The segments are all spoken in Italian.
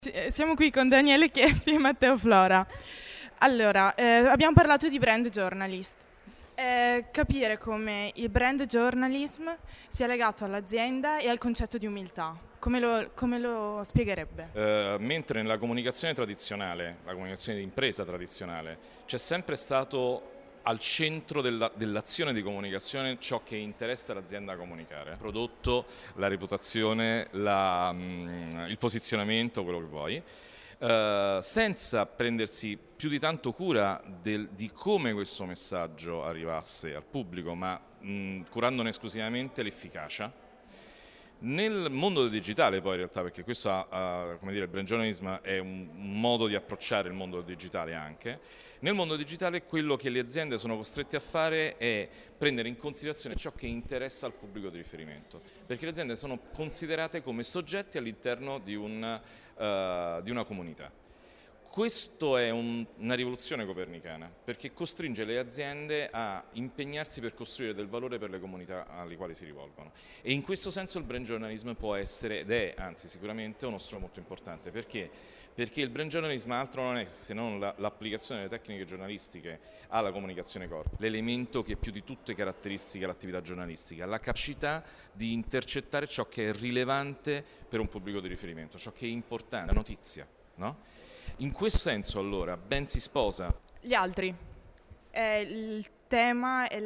Siamo qui con Daniele Chieffi e Matteo Flora. Allora, abbiamo parlato di brand journalist. Capire come il brand journalism sia legato all'azienda e al concetto di umiltà. Come lo spiegherebbe? Mentre nella comunicazione tradizionale, la comunicazione di impresa tradizionale, c'è sempre stato al centro dell'azione di comunicazione ciò che interessa l'azienda a comunicare: il prodotto, la reputazione, il posizionamento, quello che vuoi, senza prendersi più di tanto cura di come questo messaggio arrivasse al pubblico, ma curandone esclusivamente l'efficacia. Nel mondo del digitale poi in realtà, perché questo come dire, il brand journalism è un modo di approcciare il mondo del digitale anche, nel mondo digitale quello che le aziende sono costrette a fare è prendere in considerazione ciò che interessa al pubblico di riferimento, perché le aziende sono considerate come soggetti all'interno di una comunità. Questo è una rivoluzione copernicana, perché costringe le aziende a impegnarsi per costruire del valore per le comunità alle quali si rivolgono. E in questo senso il brand journalism può essere, ed è anzi sicuramente, uno strumento molto importante. Perché? Perché il brand journalism altro non è se non l'applicazione delle tecniche giornalistiche alla comunicazione corpo, l'elemento che più di tutte caratteristica l'attività giornalistica, la capacità di intercettare ciò che è rilevante per un pubblico di riferimento, ciò che è importante, la notizia, no? In questo senso allora ben si sposa. Gli altri. Il tema e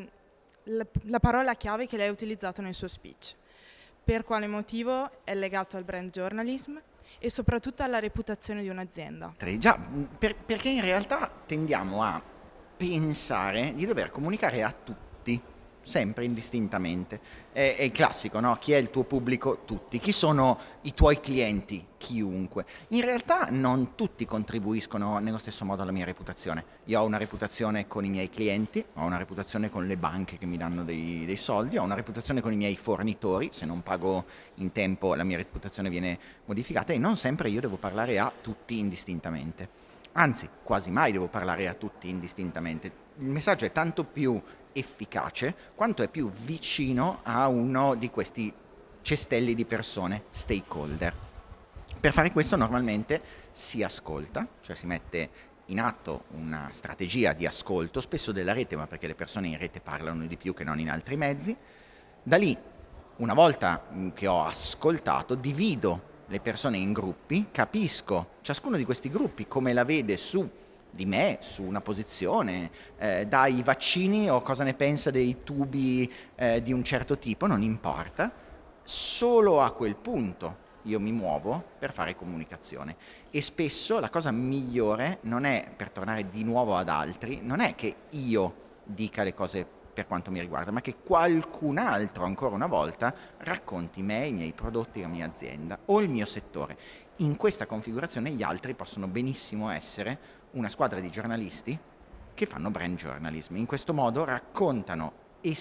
la parola chiave che lei ha utilizzato nel suo speech. Per quale motivo è legato al brand journalism e soprattutto alla reputazione di un'azienda? Già, perché in realtà tendiamo a pensare di dover comunicare a tutti, sempre indistintamente. È il classico, no? Chi è il tuo pubblico? Tutti. Chi sono i tuoi clienti? Chiunque. In realtà non tutti contribuiscono nello stesso modo alla mia reputazione. Io ho una reputazione con i miei clienti, ho una reputazione con le banche che mi danno dei soldi, ho una reputazione con i miei fornitori, se non pago in tempo la mia reputazione viene modificata, e non sempre io devo parlare a tutti indistintamente. Anzi, quasi mai devo parlare a tutti indistintamente. Il messaggio è tanto più efficace quanto è più vicino a uno di questi cestelli di persone, stakeholder. Per fare questo normalmente si ascolta, cioè si mette in atto una strategia di ascolto, spesso della rete, ma perché le persone in rete parlano di più che non in altri mezzi. Da lì, una volta che ho ascoltato, divido le persone in gruppi, capisco ciascuno di questi gruppi come la vede su di me, su una posizione, dai vaccini o cosa ne pensa dei tubi di un certo tipo, non importa. Solo a quel punto io mi muovo per fare comunicazione, e spesso la cosa migliore non è, per tornare di nuovo ad altri, non è che io dica le cose per quanto mi riguarda, ma che qualcun altro ancora una volta racconti me, i miei prodotti, la mia azienda o il mio settore. In questa configurazione gli altri possono benissimo essere una squadra di giornalisti che fanno brand journalism. In questo modo raccontano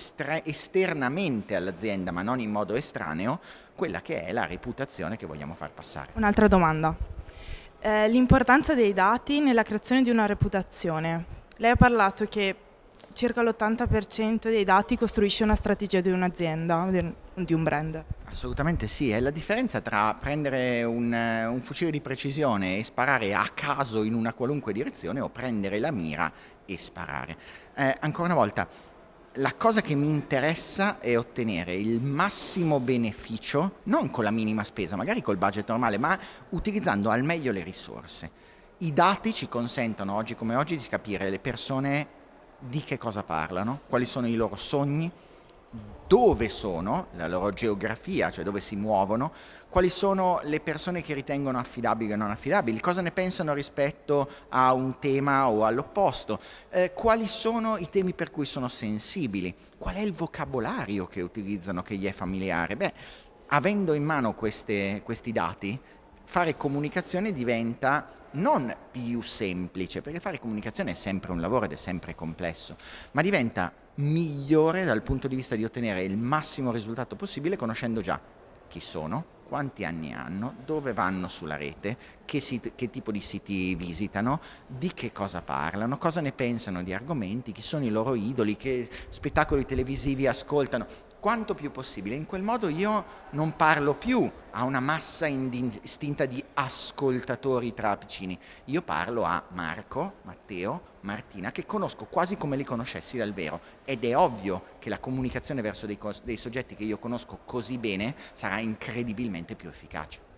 esternamente all'azienda, ma non in modo estraneo, quella che è la reputazione che vogliamo far passare. Un'altra domanda. L'importanza dei dati nella creazione di una reputazione. Lei ha parlato che circa l'80% dei dati costruisce una strategia di un'azienda, di un brand. Assolutamente sì, è la differenza tra prendere un fucile di precisione e sparare a caso in una qualunque direzione o prendere la mira e sparare. Ancora una volta, la cosa che mi interessa è ottenere il massimo beneficio, non con la minima spesa, magari col budget normale, ma utilizzando al meglio le risorse. I dati ci consentono oggi come oggi di capire le persone di che cosa parlano, quali sono i loro sogni, dove sono, la loro geografia, cioè dove si muovono, quali sono le persone che ritengono affidabili o non affidabili, cosa ne pensano rispetto a un tema o all'opposto, quali sono i temi per cui sono sensibili, qual è il vocabolario che utilizzano che gli è familiare. Avendo in mano questi dati, fare comunicazione diventa non più semplice, perché fare comunicazione è sempre un lavoro ed è sempre complesso, ma diventa migliore dal punto di vista di ottenere il massimo risultato possibile conoscendo già chi sono, quanti anni hanno, dove vanno sulla rete, che tipo di siti visitano, di che cosa parlano, cosa ne pensano di argomenti, chi sono i loro idoli, che spettacoli televisivi ascoltano. quanto più possibile. In quel modo io non parlo più a una massa indistinta di ascoltatori trapicini, io parlo a Marco, Matteo, Martina, che conosco quasi come li conoscessi dal vero, ed è ovvio che la comunicazione verso dei soggetti che io conosco così bene sarà incredibilmente più efficace.